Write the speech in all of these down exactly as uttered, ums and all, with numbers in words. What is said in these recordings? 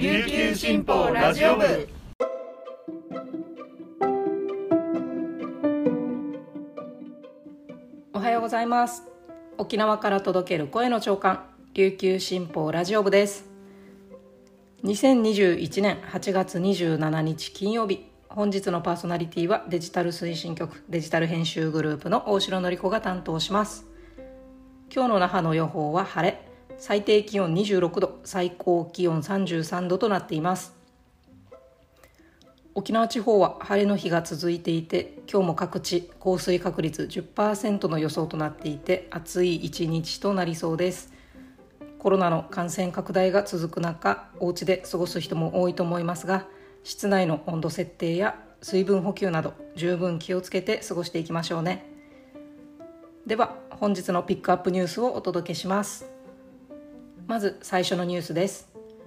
琉球新報ラジオ部。 おはようございます。沖縄から届ける声の朝刊、琉球新報ラジオ部です。にせんにじゅういちねんはちがつにじゅうしちにち金曜日、本日のパーソナリティはデジタル推進局デジタル編集グループの大城典子が担当します。今日の那覇の予報は晴れ、最低気温にじゅうろくど、最高気温さんじゅうさんどとなっています。沖縄地方は晴れの日が続いていて、今日も各地降水確率 じゅっパーセント の予想となっていて、暑い一日となりそうです。コロナの感染拡大が続く中、お家で過ごす人も多いと思いますが、室内の温度設定や水分補給など十分気をつけて過ごしていきましょうね。では本日のピックアップニュースをお届けします。まず最初のニュースです。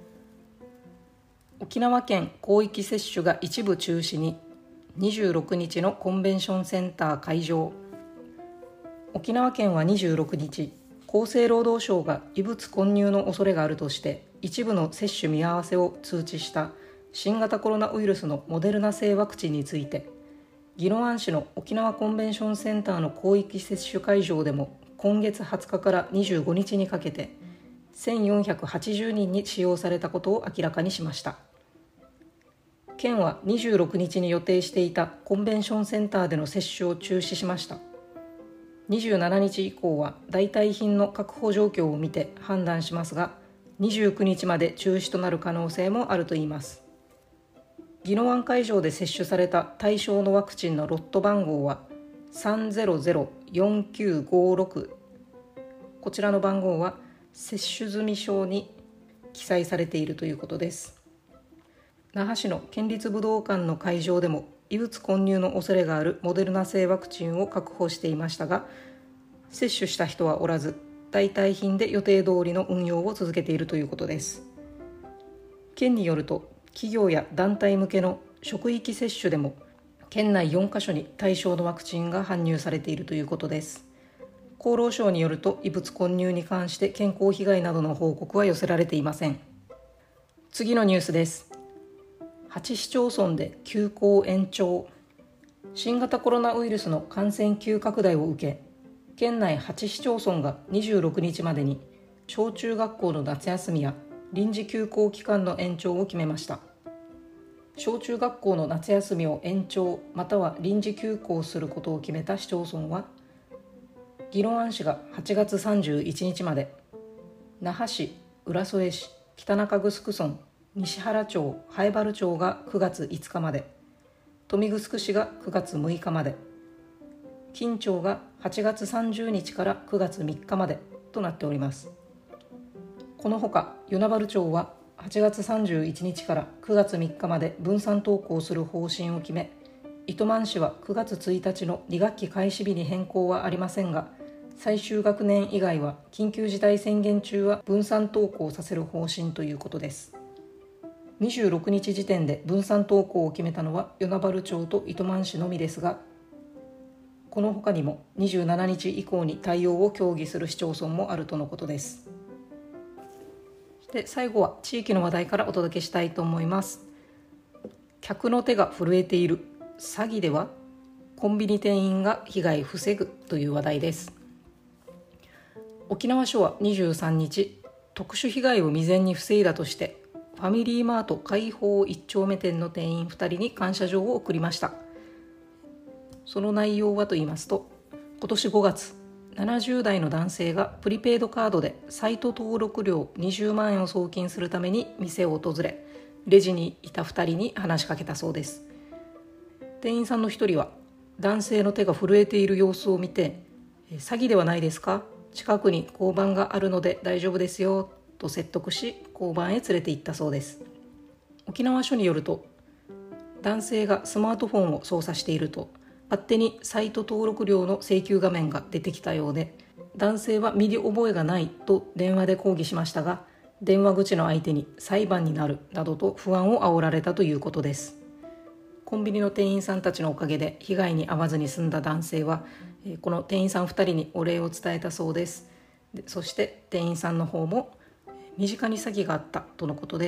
沖縄県広域接種が一部中止に、にじゅうろくにちのコンベンションセンター会場。沖縄県はにじゅうろくにち、厚生労働省が異物混入の恐れがあるとして一部の接種見合わせを通知した新型コロナウイルスのモデルナ製ワクチンについて、宜野湾市の沖縄コンベンションセンターの広域接種会場でも今月はつかからにじゅうごにちにかけてせんよんひゃくはちじゅうにんに使用されたことを明らかにしました。県はにじゅうろくにちに予定していたコンベンションセンターでの接種を中止しました。にじゅうしちにち以降は代替品の確保状況を見て判断しますが、にじゅうくにちまで中止となる可能性もあるといいます。宜野湾会場で接種された対象のワクチンのロット番号はさんぜろぜろよんきゅうごろく、こちらの番号は接種済証に記載されているということです。那覇市の県立武道館の会場でも異物混入の恐れがあるモデルナ製ワクチンを確保していましたが、接種した人はおらず、代替品で予定通りの運用を続けているということです。県によると、企業や団体向けの職域接種でも県内よんかしょに対象のワクチンが搬入されているということです。厚労省によると、異物混入に関して健康被害などの報告は寄せられていません。次のニュースです。はちしちょうそんで休校延長。新型コロナウイルスの感染急拡大を受け、県内はちしちょうそんがにじゅうろくにちまでに小中学校の夏休みや臨時休校期間の延長を決めました。小中学校の夏休みを延長または臨時休校することを決めた市町村は、宜野湾市がはちがつさんじゅういちにちまで、那覇市、浦添市、北中城村、西原町、南風原町がくがついつかまで、豊見城市がくがつむいかまで、金町がはちがつさんじゅうにちからくがつみっかまでとなっております。このほか与那原町ははちがつさんじゅういちにちからくがつみっかまで分散登校する方針を決め、糸満市はくがつついたちのにがっき開始日に変更はありませんが、最終学年以外は緊急事態宣言中は分散登校させる方針ということです。にじゅうろくにち時点で分散登校を決めたのは与那原町と糸満市のみですが、この他にもにじゅうしちにち以降に対応を協議する市町村もあるとのことです。で、最後は地域の話題からお届けしたいと思います。客の手が震えている、詐欺ではコンビニ店員が被害防ぐという話題です。沖縄署はにじゅうさんにち、特殊被害を未然に防いだとしてファミリーマート開放いっちょうめ店の店員ふたりに感謝状を送りました。その内容はと言いますと、今年ごがつ、ななじゅうだいの男性がプリペイドカードでサイト登録料にじゅうまんえんを送金するために店を訪れ、レジにいたふたりに話しかけたそうです。店員さんのひとりは男性の手が震えている様子を見て、詐欺ではないですか、近くに交番があるので大丈夫ですよと説得し、交番へ連れて行ったそうです。沖縄署によると、男性がスマートフォンを操作していると勝手にサイト登録料の請求画面が出てきたようで、男性は身に覚えがないと電話で抗議しましたが、電話口の相手に裁判になるなどと不安を煽られたということです。コンビニの店員さんたちのおかげで被害に遭わずに済んだ男性は、この店員さんふたりにお礼を伝えたそうです。でそして店員さんの方も身近に詐欺があったとのことで、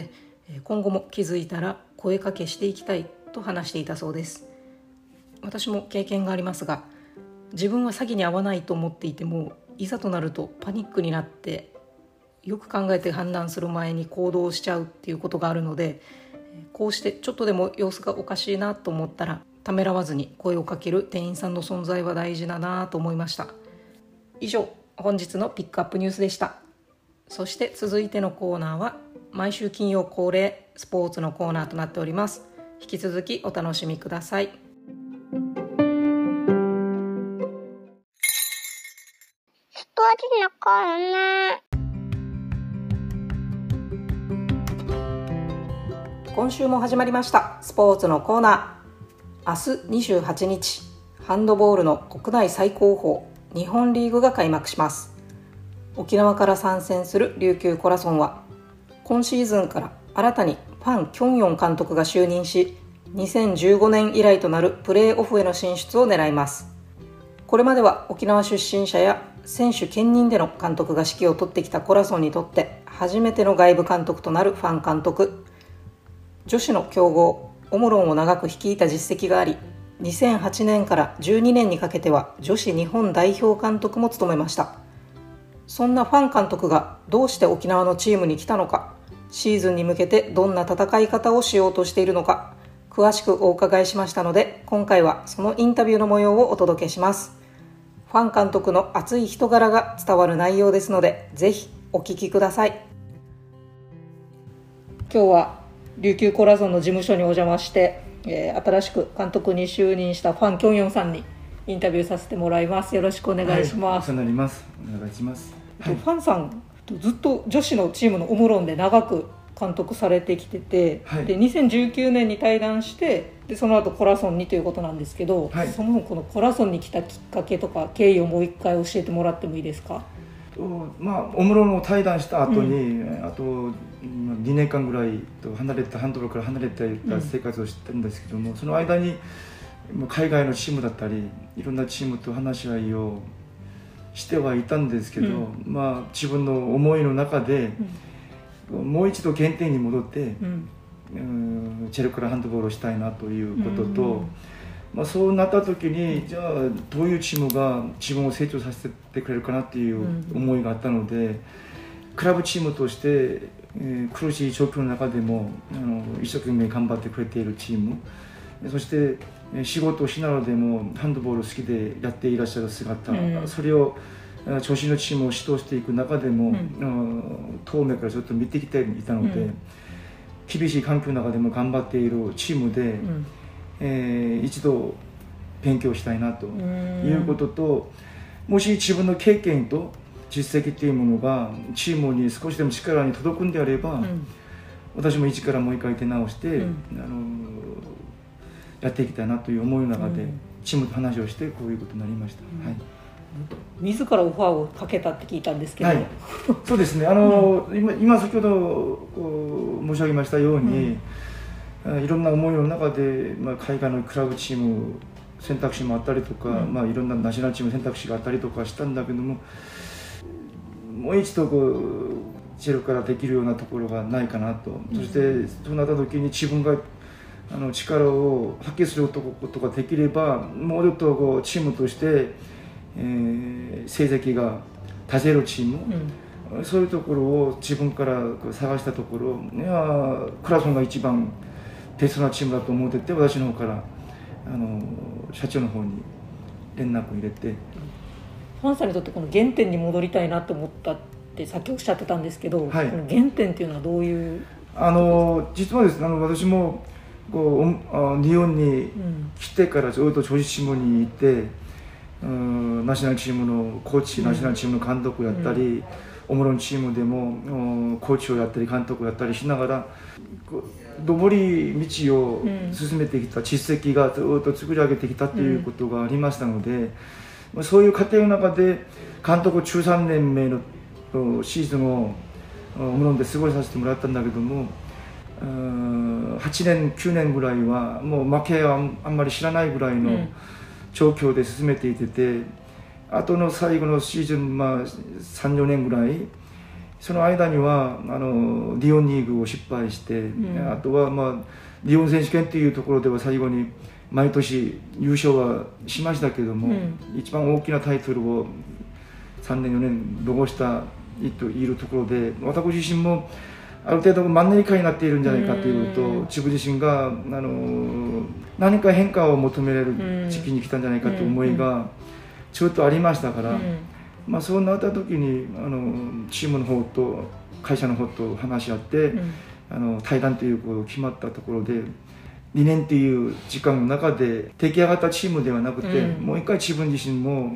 今後も気づいたら声かけしていきたいと話していたそうです。私も経験がありますが、自分は詐欺に遭わないと思っていても、いざとなるとパニックになってよく考えて判断する前に行動しちゃうっていうことがあるので、こうしてちょっとでも様子がおかしいなと思ったらためらわずに声をかける店員さんの存在は大事だなと思いました。以上、本日のピックアップニュースでした。そして続いてのコーナーは毎週金曜恒例スポーツのコーナーとなっております。引き続きお楽しみください。 スポーツのコーナー。 今週も始まりましたスポーツのコーナー。明日にじゅうはちにち、ハンドボールの国内最高峰日本リーグが開幕します。沖縄から参戦する琉球コラソンは今シーズンから新たにファン・キョンヨン監督が就任し、にせんじゅうごねん以来となるプレーオフへの進出を狙います。これまでは沖縄出身者や選手兼任での監督が指揮を執ってきたコラソンにとって初めての外部監督となるファン監督。女子の強豪オモロンを長く率いた実績があり、にせんはちねんからじゅうにねんにかけては女子日本代表監督も務めました。そんなファン監督がどうして沖縄のチームに来たのか、シーズンに向けてどんな戦い方をしようとしているのか、詳しくお伺いしましたので、今回はそのインタビューの模様をお届けします。ファン監督の熱い人柄が伝わる内容ですので、ぜひお聞きください。今日は琉球コラソンの事務所にお邪魔して、えー、新しく監督に就任したファン・キョンヨンさんにインタビューさせてもらいます。よろしくお願いします。 はい、お世話になります。お願いします。 はい、ファンさんずっと女子のチームのオムロンで長く監督されてきてて、はい、でにせんじゅうきゅうねんに退団して、でその後コラソンにということなんですけど、はい、そもそもこのコラソンに来たきっかけとか経緯をもう一回教えてもらってもいいですか？ まあ、オムロンを退団した後に、うん、あとにねんかんぐらい離れたハンドボールから離れていた生活をしてるんですけども、うん、その間に海外のチームだったりいろんなチームと話し合いをしてはいたんですけど、うん、まあ、自分の思いの中で、うん、もう一度原点に戻って、うんうん、チェルからハンドボールをしたいなということと、うん、まあ、そうなった時にじゃあどういうチームが自分を成長させてくれるかなっていう思いがあったので、うん、クラブチームとして、えー、苦しい状況の中でもあの一生懸命頑張ってくれているチーム、そして仕事をしながらでもハンドボールを好きでやっていらっしゃる姿、うん、それを調子のチームを指導していく中でも、うん、遠目からずっと見てきていたので、うん、厳しい環境の中でも頑張っているチームで、うん、えー、一度勉強したいなということと、もし自分の経験と実績っていうものがチームに少しでも力に届くんであれば、うん、私も一からもう一回手直して、うん、あのやっていきたいなという思いの中で、うん、チームと話をしてこういうことになりました、うん、はい、 自らオファーをかけたって聞いたんですけど、はい、 そうですね、あの、うん、今, 今先ほど申し上げましたように、うん、いろんな思いの中で、まあ、海外のクラブチーム選択肢もあったりとか、うん、まあ、いろんなナショナルチーム選択肢があったりとかしたんだけども、もう一度こうチェルからできるようなところがないかなと、うん、そしてそうなった時に自分があの力を発揮することができれば、もうちょっとこうチームとして、えー、成績が出せるチーム、うん、そういうところを自分から探したところ、いやクラソンが一番ベストなチームだと思ってて、私の方からあの社長の方に連絡を入れて、 ファンさんにとってこの原点に戻りたいなと思ったってさっきおっしゃってたんですけど、はい、この原点っていうのはどういう？ あの実はですね、あの私もこう日本に来てからずっと女子チームにいて、うん、ナショナルチームのコーチ、うん、ナショナルチームの監督をやったり、うん、オムロンチームでもコーチをやったり監督をやったりしながら上り道を進めてきた実績がずっと作り上げてきたということがありましたので、うん、そういう過程の中で監督じゅうさんねんめのシーズンをオムロンで過ごさせてもらったんだけども、はちねんきゅうねんぐらいはもう負けはあんまり知らないぐらいの状況で進めていてて、あとの最後のシーズン、まあ、さん、よねんぐらい、 その間にはあのリオンリーグを失敗して、うん、あとは、まあ、リオン選手権っていうところでは最後に毎年優勝はしましたけども、うん、一番大きなタイトルをさんねんよねん逃したいるところで、私自身もある程度マンネリ化になっているんじゃないかというと、自分自身があの何か変化を求められる時期に来たんじゃないかという思いがちょっとありましたから、まあ、そうなった時にあのチームの方と会社の方と話し合って、うん、あの対談ということが決まったところで、にねんという時間の中で出来上がったチームではなくて、うん、もう一回自分自身も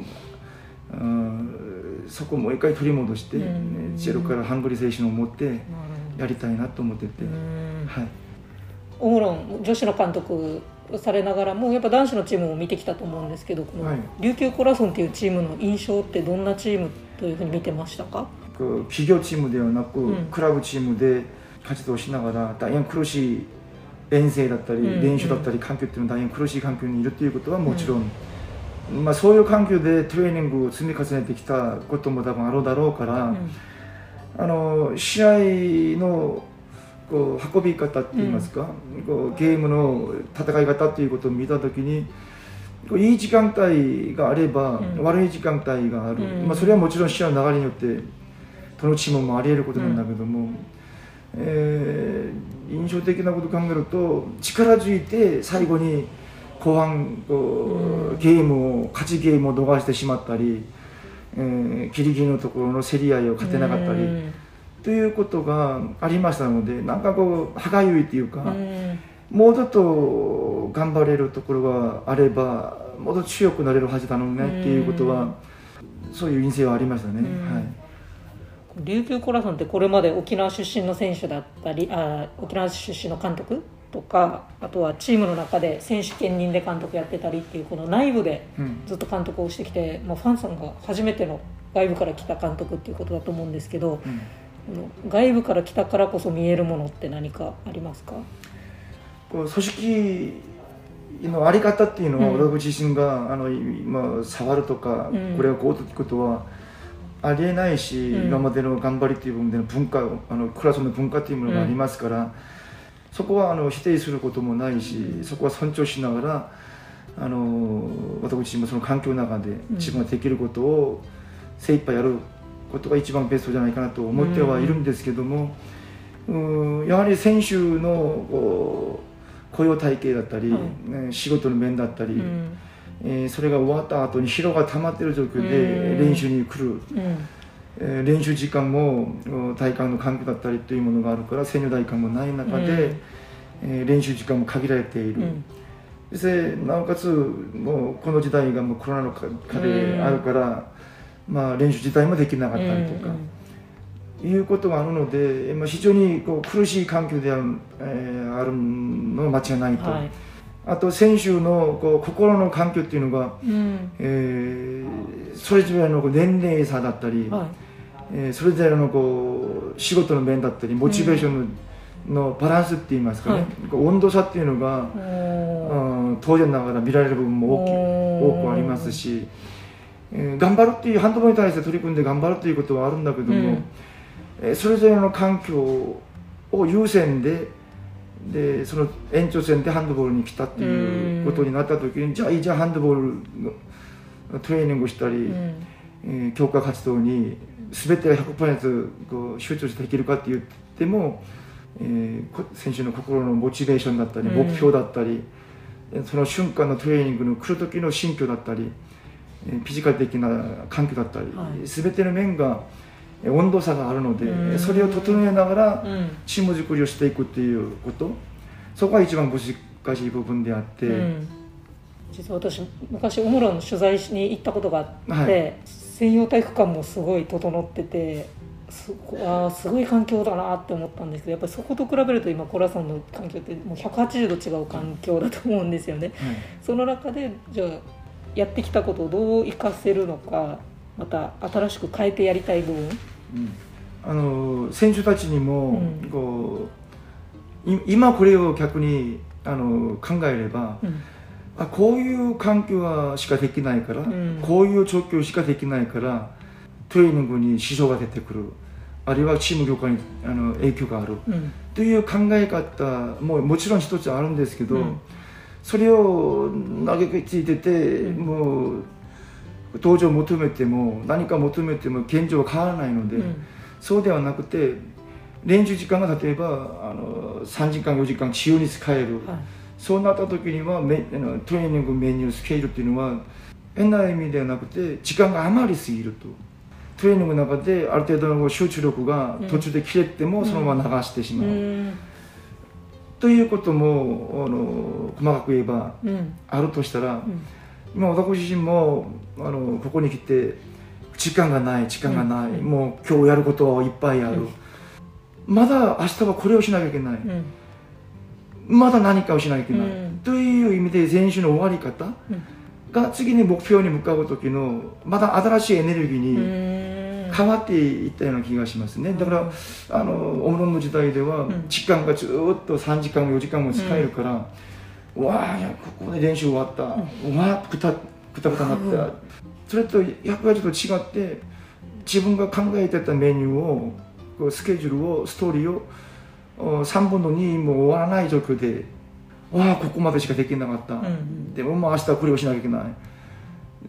そこをもう一回取り戻して、うん、ゼロからハングリー精神を持ってやりたいなと思ってて、うんはい、 オムロン女子の監督されながらもやっぱ男子のチームを見てきたと思うんですけど、この琉球コラソンというチームの印象ってどんなチームというふうに見てましたか？ 企業チームではなく、うん、クラブチームで活動しながら大変苦しい遠征だったり、うん、練習だったり環境っていうのは大変苦しい環境にいるということはもちろん、うんまあ、そういう環境でトレーニングを積み重ねてきたことも多分あるだろうから、うん、あの試合のこう運び方っていいますか、うん、こうゲームの戦い方っていうことを見たときに、こういい時間帯があれば、うん、悪い時間帯がある、うんまあ、それはもちろん試合の流れによってどのチームもあり得ることなんだけども、うんえー、印象的なことを考えると力強いて最後に後半こう、うん、ゲームを勝ちゲームを逃してしまったり、えー、ギリギリのところの競り合いを勝てなかったり、うんということがありましたので、なんかこう歯がゆいというか、うん、もうちょっと頑張れるところがあればもっと強くなれるはずだろうねっていうことは、うん、そういう印象はありましたね、うんはい、 琉球コラソンってこれまで沖縄出身の選手だったりあ沖縄出身の監督とか、あとはチームの中で選手兼任で監督やってたりっていうこの内部でずっと監督をしてきて、うんまあ、ファンさんが初めての外部から来た監督っていうことだと思うんですけど、うん外部から来たからこそ見えるものって何かありますか？ こう組織の在り方っていうのは、うん、私自身があの今触るとか、うん、これをこうということはありえないし、うん、今までの頑張りという部分での文化あのクラスの文化というものがありますから、うん、そこはあの否定することもないし、うん、そこは尊重しながらあの私自身もその環境の中で自分ができることを精一杯やることが一番ベストじゃないかなと思ってはいるんですけども、うんやはり選手のこう雇用体系だったり、はいね、仕事の面だったり、うんえー、それが終わった後に疲労が溜まっている状況で練習に来る、うんえー、練習時間も体幹の環境だったりというものがあるから戦力体幹もない中で、うんえー、練習時間も限られている、うん、そしてなおかつもうこの時代がもうコロナの禍であるから、まあ、練習自体もできなかったりとか、うんうん、いうことがあるので、まあ、非常にこう苦しい環境である、えー、あるのは間違いないと、はい、あと選手のこう心の環境っていうのが、うんえー、それぞれの年齢差だったり、はいえー、それぞれのこう仕事の面だったりモチベーションの、のバランスっていいますかね、はい、温度差っていうのが、うん、当然ながら見られる部分も大き多くありますし、えー、頑張るっていうハンドボールに対して取り組んで頑張るということはあるんだけども、うんえー、それぞれの環境を優先ででその延長線でハンドボールに来たっていうことになった時に、じゃあいいじゃあハンドボールのトレーニングをしたり、うんえー、強化活動に全て ひゃくパーセント こう集中してできるかって言っても、えー、選手の心のモチベーションだったり目標だったり、うん、その瞬間のトレーニングの来る時の心境だったりフィジカル的な環境だったり、はい、全ての面が温度差があるので、それを整えながらチーム作りをしていくっていうこと、そこが一番難しい部分であって、うん、 実は私昔オムロンの取材しに行ったことがあって、はい、専用体育館もすごい整っててすご、あすごい環境だなって思ったんですけど、やっぱりそこと比べると今コラソンの環境ってもうひゃくはちじゅうど違う環境だと思うんですよね、はい、その中でじゃあやってきたことをどう活かせるのか、また新しく変えてやりたい部分、うん、 あの選手たちにも、うん、こう今これを逆にあの考えれば、うん、あこういう環境はしかできないから、うん、こういう状況しかできないからトレーニングに支障が出てくる、 あるいはチーム業界にあの影響がある、 うん、 という考え方ももちろん一つあるんですけど、うん、それを投げついてて、うん、もう登場を求めても何か求めても現状は変わらないので、うん、そうではなくて練習時間が例えばあのさんじかんよじかん自由に使える、はい、そうなった時にはメトレーニングメニュースケールっていうのは変な意味ではなくて時間が余りすぎると。トレーニングの中である程度の集中力が途中で切れてもそのまま流してしまう、うん、ということもあの細かく言えばあるとしたら、うん、今私自身もあのここに来て時間がない時間がない、うん、もう今日やることはいっぱいある、うん、まだ明日はこれをしなきゃいけない、うん、まだ何かをしなきゃいけない、うん、という意味で練習の終わり方が次に目標に向かう時のまだ新しいエネルギーに変わっていったような気がしますね。だからあのオムロンの時代では時間がずっとさんじかんもよじかんも使えるから、うん、わあここで練習終わった、うん、わあくたくたくたなった、うん、それと役割と違って自分が考えてたメニューをこうスケジュールをストーリーをさんぶんのにも終わらない状況でわあここまでしかできなかった、うん、でももう明日はこれをしなきゃいけない、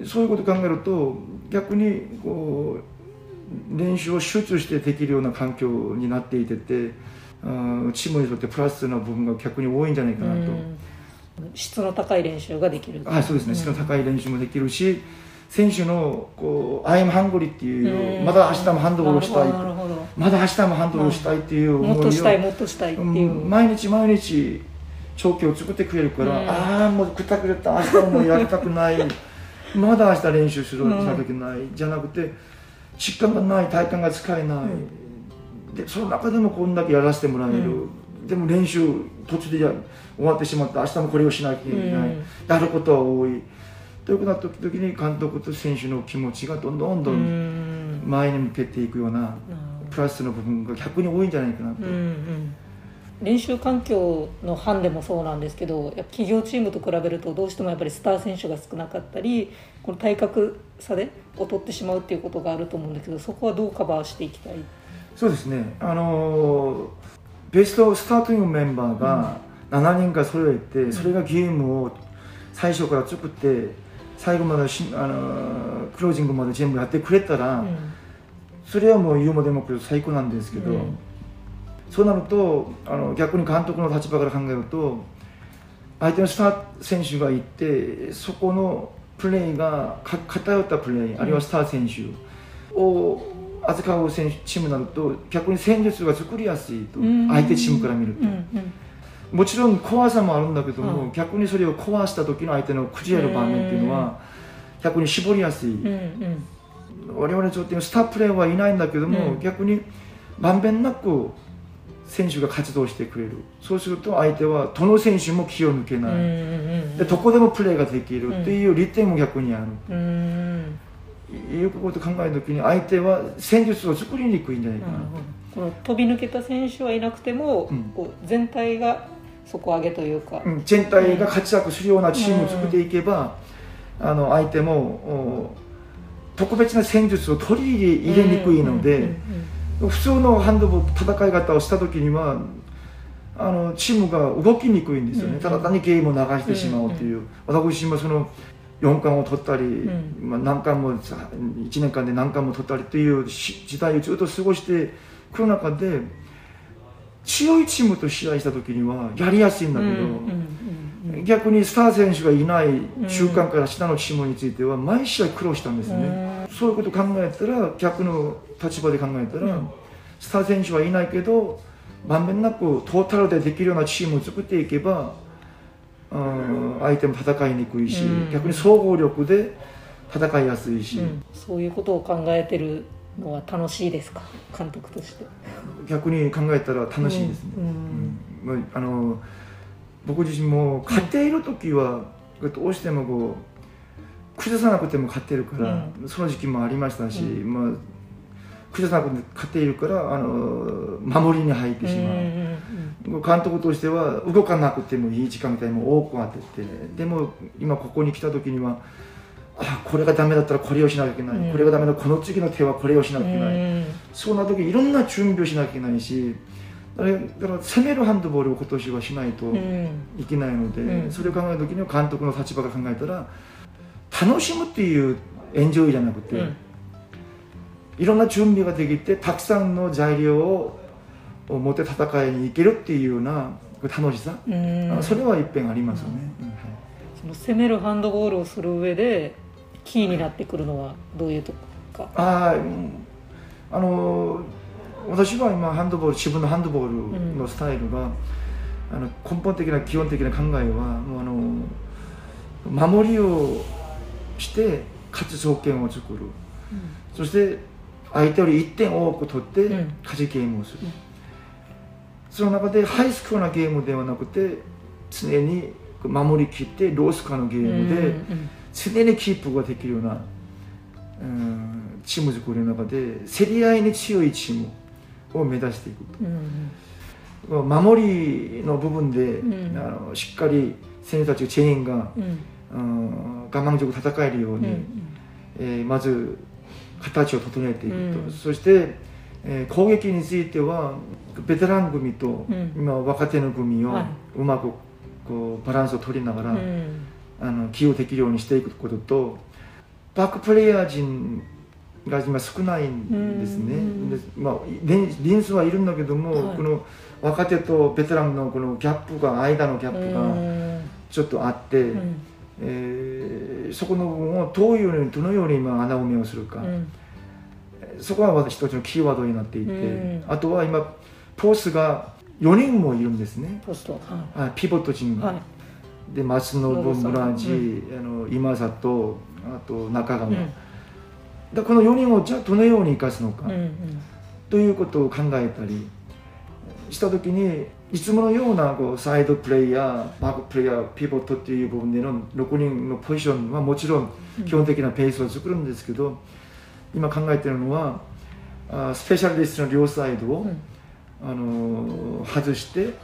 そういうことを考えると逆にこう練習を集中してできるような環境になっていてて、チームにとってプラスな部分が逆に多いんじゃないかなと。 質の高い練習ができる。 あ、そうですね、質の高い練習もできるし、選手のこう「アイムハングリー」っていう、まだ明日もハンドボールをしたい、まだ明日もハンドボールをしたいっていう思いを、 もっとしたいもっとしたいっていう、 毎日毎日長期を作ってくれるから、ああもうくたくれた、明日もやりたくないまだ明日練習しろしなきゃいけない、じゃなくて時間がない、体幹が使えない、うん、でその中でもこんだけやらせてもらえる、うん、でも練習途中でや終わってしまった、明日もこれをしなきゃいけない、うん、やることは多いということなった時に監督と選手の気持ちがどんどんどん前に向けていくようなプラスの部分が逆に多いんじゃないかなと。うんうん、 練習環境のハンデもそうなんですけど、企業チームと比べるとどうしてもやっぱりスター選手が少なかったり、この体格差で劣ってしまうっていうことがあると思うんだけど、そこはどうカバーしていきたい？ そうですね、あのベストスターティングメンバーがしちにんか揃えて、うん、それがゲームを最初から作って最後までしあのクロージングまで全部やってくれたら、うん、それはもう言うまでも最高なんですけど、うん、そうなるとあの逆に監督の立場から考えると、相手のスター選手がいてそこのプレーが偏ったプレー、あるいはスター選手を扱う選手チームになると逆に戦術が作りやすいと、相手チームから見ると、うんうん、もちろん怖さもあるんだけども、うん、逆にそれを壊した時の相手のくじやる場面っていうのは逆に絞りやすい、うんうん、我々にとってスタープレーはいないんだけども、うん、逆にまんべんなく選手が活動してくれる。そうすると相手はどの選手も気を抜けない、うんうんうん、でどこでもプレーができるっていう利点も逆にある、うん、いうことを考えるときに相手は戦術を作りにくいんじゃないかなと、うん、 この飛び抜けた選手はいなくても、うん、こう全体が底上げというか、 うん、全体が活躍するようなチームを作っていけば、うん、あの相手も特別な戦術を取り入れにくいので、うんうんうんうん、普通のハンドボール戦い方をした時にはあのチームが動きにくいんですよね、うんうん、ただ単にゲームを流してしまうという、うんうん、私自身もそのよんかんを取ったり、うんまあ、何冠もいちねんかんで何冠も取ったりという時代をずっと過ごしてくる中で、強いチームと試合した時にはやりやすいんだけど、うんうんうん、逆にスター選手がいない中間から下のチームについては毎試合苦労したんですね、うん、そういうことを考えたら逆の立場で考えたら、うん、スター選手はいないけどまんべんなくトータルでできるようなチームを作っていけば、うん、相手も戦いにくいし、うん、逆に総合力で戦いやすいし、うん、 そういうことを考えてるのは楽しいですか、監督として？ 逆に考えたら楽しいですね、うんうん、あの僕自身も勝っている時はどうしてもこう崩さなくても勝っているから、うん、その時期もありましたし、うんまあ、崩さなくても勝っているからあの守りに入ってしまう、うんうん、監督としては動かなくてもいい時間帯も多く当てて、でも今ここに来た時にはあこれがダメだったらこれをしなきゃいけない、うん、これがダメだこの次の手はこれをしなきゃいけない、うん、そんな時いろんな準備をしなきゃいけないし、だからだから攻めるハンドボールを今年はしないといけないので、うん、それを考える時には監督の立場から考えたら楽しむっていうエンジョイじゃなくて、うん、いろんな準備ができてたくさんの材料を持って戦いに行けるっていうような楽しさ、うん、それは一遍ありますよね、うんはい、 その攻めるハンドボールをする上でキーになってくるのはどういうとこか。 ああの私は今ハンドボール自分のハンドボールのスタイルが、うん、あの根本的な基本的な考えはもうあの守りをして勝つ条件を作る、うん、そして相手よりいってん多く取って勝ちゲームをする、うん、その中でハイスコアなゲームではなくて常に守りきってロースコアのゲームで常にキープができるような、うん、チーム作りの中で競り合いに強いチームを目指していく、うん、守りの部分で、うん、あのしっかり選手たち全員が、うんうん、我慢強く戦えるように、うんえー、まず形を整えていくと、うん、そして、えー、攻撃についてはベテラン組と、うん、今若手の組をうまくこうバランスを取りながら、うん、あの起用できるようにしていくことと、バックプレイヤー陣が今少ないんですね、うんでまあ、人数はいるんだけども、はい、この若手とベテランのこのギャップが間のギャップがちょっとあって、うんえー、そこの部分をどういうようにどのように今穴埋めをするか、うん、そこは私一つのキーワードになっていて、うん、あとは今ポスがよにんもいるんですね、 ポスト、 はい、ピボット陣が、はい、で松信、村地、うん、あの今里、あと中川、うん、でこのよにんをじゃあどのように生かすのか、うんうん、ということを考えたりした時に、いつものようなこうサイドプレイヤー、バックプレイヤー、ピボットっていう部分でのろくにんのポジションはもちろん基本的なペースを作るんですけど、うん、今考えているのはあスペシャリストの両サイドを、うんあのー、外して、はい、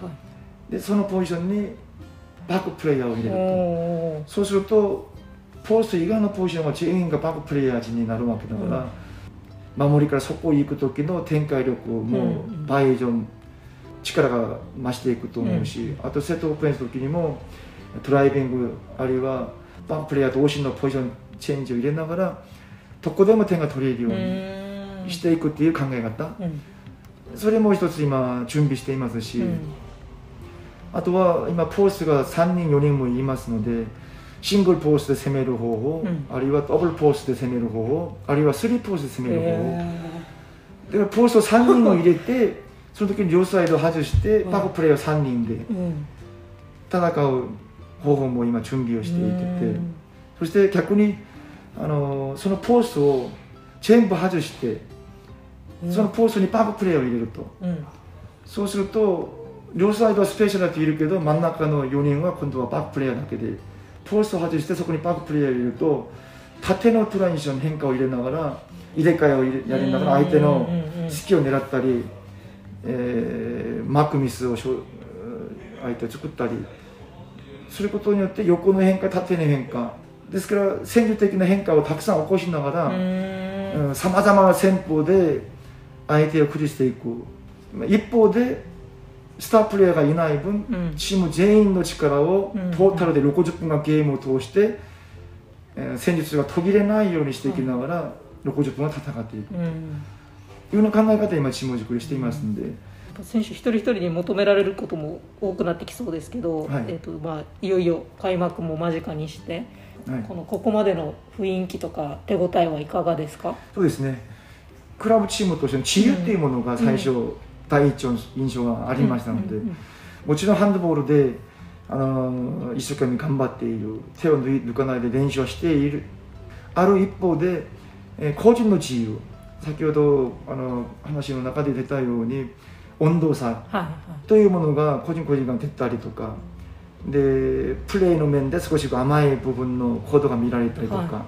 でそのポジションにバックプレイヤーを入れると、そうするとポスト以外のポジションは全員がバックプレイヤーになるわけだから、うん、守りからそこに行く時の展開力も倍以上力が増していくと思うし、うん、あとセットオフェンスの時にもドライビングあるいはバックプレイヤーと同士のポジションチェンジを入れながらどこでも点が取れるようにしていくっていう考え方、うん、それも一つ今準備していますし、うん、あとは今ポストがさんにんよにんもいますのでシングルポストで攻める方法、うん、あるいはダブルポストで攻める方法、あるいはスリーポストで攻める方法、だからポストさんにんを入れてその時に両サイドを外してバックプレイヤーさんにんで戦う方法も今準備をしていてて、そして逆にあのそのポストを全部外してそのポストにバックプレイヤーを入れると、うん、そうすると両サイドはスペシャルっているけど真ん中のよにんは今度はバックプレイヤーだけでポストを外してそこにバックプレイヤーを入れると縦のトランジション変化を入れながら入れ替えを入れやりながら相手の隙を狙ったり、えー、マークミスを相手を作ったりすることによって横の変化縦の変化ですから戦術的な変化をたくさん起こしながらさまざまな戦法で相手を駆使していく。一方でスタープレイヤーがいない分、うん、チーム全員の力をトータルでろくじゅっぷん間ゲームを通して、えー、戦術が途切れないようにしていきながら、うん、ろくじゅっぷん間戦っていくというような考え方で今チーム作りしていますので、うん、 選手一人一人に求められることも多くなってきそうですけど、はいえーとまあ、いよいよ開幕も間近にして、はい、このここまでの雰囲気とか手応えはいかがですか？ そうですね、クラブチームとしての治癒っていうものが最初、うんうん第一の印象がありましたので、うんうんうん、もちろんハンドボールであの一生懸命頑張っている手を抜かないで練習をしているある一方で、えー、個人の自由先ほどあの話の中で出たように温度差というものが個人個人が出たりとかでプレーの面で少し甘い部分のコードが見られたりとか、はい、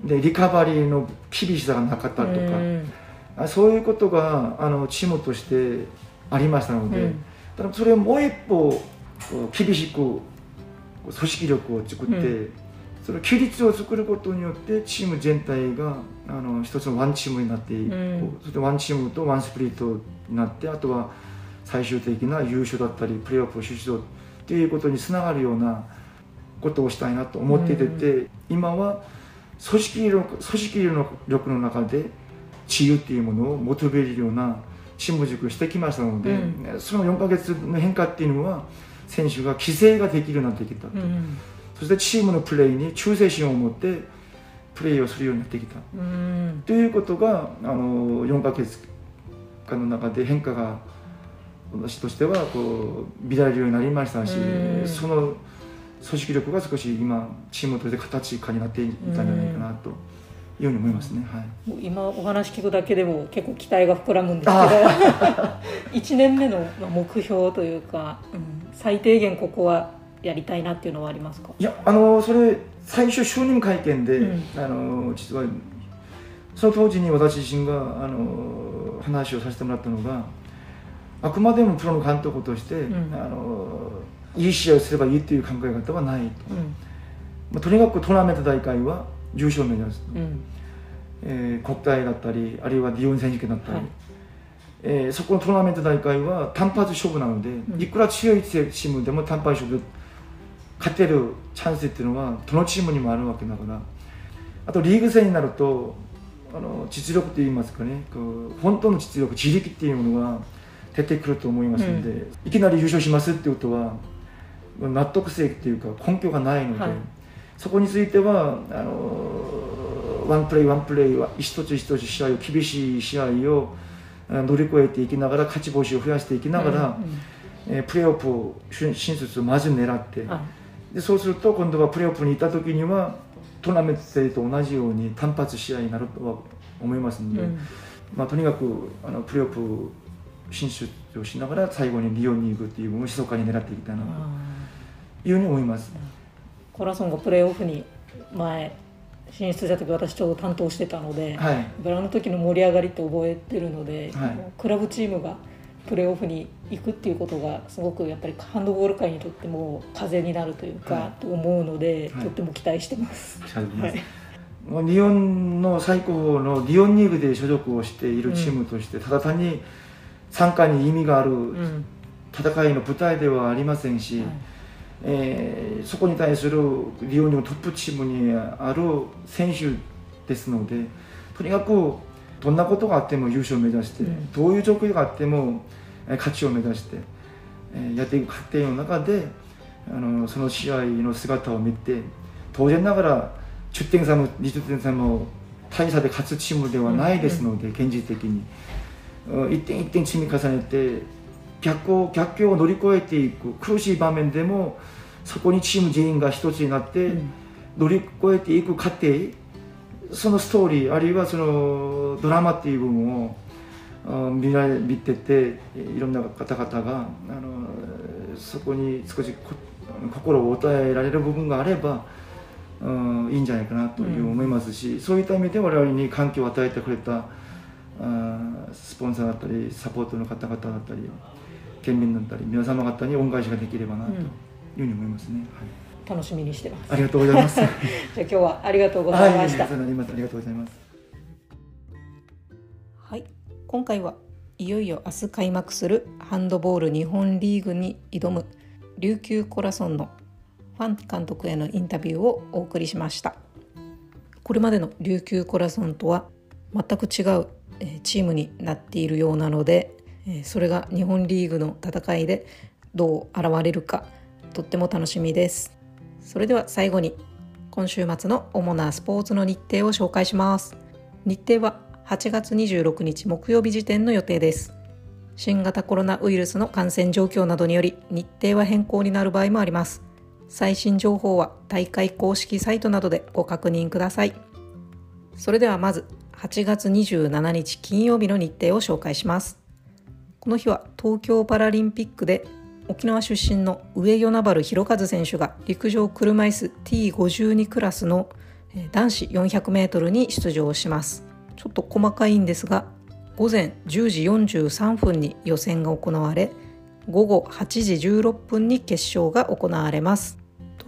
でリカバリーの厳しさがなかったりとか、うんそういうことがあのチームとしてありましたので、うん、ただそれをもう一歩厳しく組織力を作って、うん、 その規律を作ることによってチーム全体があの一つのワンチームになっていく、うん、そしてワンチームとワンスプリットになって、あとは最終的な優勝だったりプレーオフ出場っていうことにつながるようなことをしたいなと思っていて、うん、今は組織力、組織力の中で治癒っていうものを求めるようなチーム作りしてきましたので、うん、そのよんかげつの変化っていうのは選手が規制ができるようになってきたと、うん、そしてチームのプレーに忠誠心を持ってプレーをするようになってきた、うん、ということがあのよんかげつかんの中で変化が私としてはこう見られるようになりましたし、うん、その組織力が少し今チームとして形化になっていたんじゃないかなというように思いますね、はい、 今お話聞くだけでも結構期待が膨らむんですけどいちねんめの目標というか、うん、最低限ここはやりたいなっていうのはありますか？ いや、あのそれ最初就任会見で、うん、あの実はその当時に私自身があの話をさせてもらったのが、あくまでもプロの監督として、うん、あのいい試合をすればいいという考え方はないと、うん、まあ、とにかくトーナメント大会は優勝を目指す、うん、えー、国体だったりあるいはディオン選手権だったり、はい、えー、そこのトーナメント大会は単発勝負なので、うん、いくら強いチームでも単発勝負勝てるチャンスっていうのはどのチームにもあるわけだから、あとリーグ戦になるとあの実力といいますかね、こう本当の実力、自力っていうものが出てくると思いますので、うん、いきなり優勝しますっていうことは納得性っていうか根拠がないので、はい、そこについてはあのワンプレーワンプレーは一つ一つ試合を厳しい試合を乗り越えていきながら勝ち星を増やしていきながら、うんうん、えー、プレーオフ進出をまず狙って、はい、でそうすると今度はプレーオフに行った時にはトーナメント戦と同じように単発試合になるとは思いますので、うん、まあ、とにかくあのプレーオフ進出をしながら最後にリオンに行くっていうのを密かに狙っていきたいなというふうに思います。 コラソンがプレーオフに前進出した時私ちょうど担当してたので、はい、あの時の盛り上がりって覚えてるので、はい、クラブチームがプレーオフに行くっていうことがすごくやっぱりハンドボール界にとっても風になるというか、はい、と思うので、はい、とっても期待してます。 はい、リオンの最高峰のリオンリーグで所属をしているチームとして、うん、ただ単に参加に意味がある戦いの舞台ではありませんし、はい、えー、そこに対するリオンのトップチームにある選手ですので、とにかくどんなことがあっても優勝を目指して、うん、どういう状況があっても勝ちを目指して、えー、やっていく過程の中であのその試合の姿を見て、当然ながらじゅってん差もにじゅってん差も大差で勝つチームではないですので、うん、現実的に一点一点積み重ねて逆を逆境を乗り越えていく、苦しい場面でもそこにチーム全員が一つになって乗り越えていく過程、そのストーリーあるいはそのドラマっていう部分を見られ見てて、いろんな方々があのそこに少し心を与えられる部分があれば、うん、いいんじゃないかなという思いますし、うん、そういった意味で我々に環境を与えてくれたスポンサーだったりサポートの方々だったり県民だったり皆様方に恩返しができればなというふうに思いますね、 はい、楽しみにしてます。 ありがとうございますじゃあ今日はありがとうございました。 はい、ありがとうございます。 はい、今回はいよいよ明日開幕するハンドボール日本リーグに挑む琉球コラソンのファン監督へのインタビューをお送りしました。これまでの琉球コラソンとは全く違うチームになっているようなので、それが日本リーグの戦いでどう現れるかとっても楽しみです。それでは最後に今週末の主なスポーツの日程を紹介します。日程ははちがつにじゅうろくにち木曜日時点の予定です。新型コロナウイルスの感染状況などにより日程は変更になる場合もあります。最新情報は大会公式サイトなどでご確認ください。それではまずはちがつにじゅうしちにち金曜日の日程を紹介します。この日は東京パラリンピックで沖縄出身の上与那原寛和選手が陸上車椅子 ティーごじゅうに クラスの男子よんひゃくメートルに出場します。ちょっと細かいんですが、午前じゅうじよんじゅうさんぷんに予選が行われ、午後はちじじゅうろっぷんに決勝が行われます。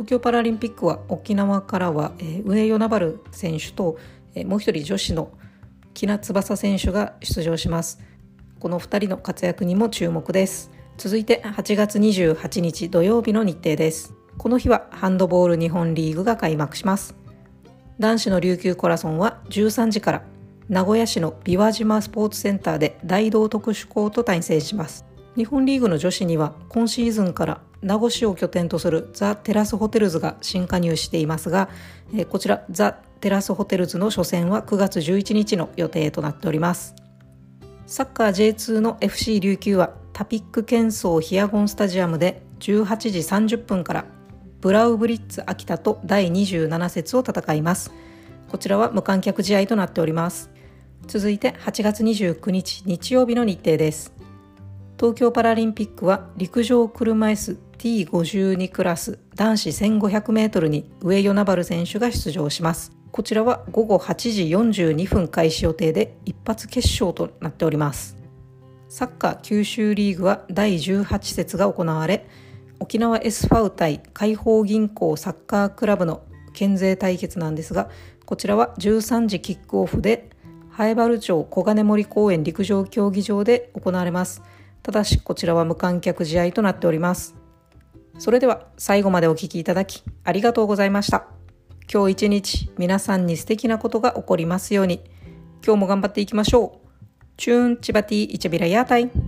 東京パラリンピックは沖縄からは、えー、上与那原選手と、えー、もう一人女子の喜納翼選手が出場します。このふたりの活躍にも注目です。続いてはちがつにじゅうはちにち土曜日の日程です。この日はハンドボール日本リーグが開幕します。男子の琉球コラソンはじゅうさんじから名古屋市の琵琶島スポーツセンターで大道特殊校と対戦します。日本リーグの女子には今シーズンから名護市を拠点とするザ・テラスホテルズが新加入していますが、えー、こちらザ・テラスホテルズの初戦はくがつじゅういちにちの予定となっております。サッカー ジェイツー の エフシー 琉球はタピックケンソーヒアゴンスタジアムでじゅうはちじさんじゅっぷんからブラウブリッツ秋田とだいにじゅうなな節を戦います。こちらは無観客試合となっております。続いてはちがつにじゅうくにち日曜日の日程です。東京パラリンピックは陸上車椅子 ティーごじゅうに クラス男子せんごひゃくメートルに上与那原選手が出場します。こちらはごごはちじよんじゅうにふん開始予定で一発決勝となっております。サッカー九州リーグはだいじゅうはち節が行われ、沖縄 エスファウ 対海邦銀行サッカークラブの県勢対決なんですが、こちらはじゅうさんじキックオフで南風原町小金森公園陸上競技場で行われます。ただしこちらは無観客試合となっております。それでは最後までお聞きいただきありがとうございました。今日一日皆さんに素敵なことが起こりますように。今日も頑張っていきましょう。チューンチバティイチャビラヤータイ。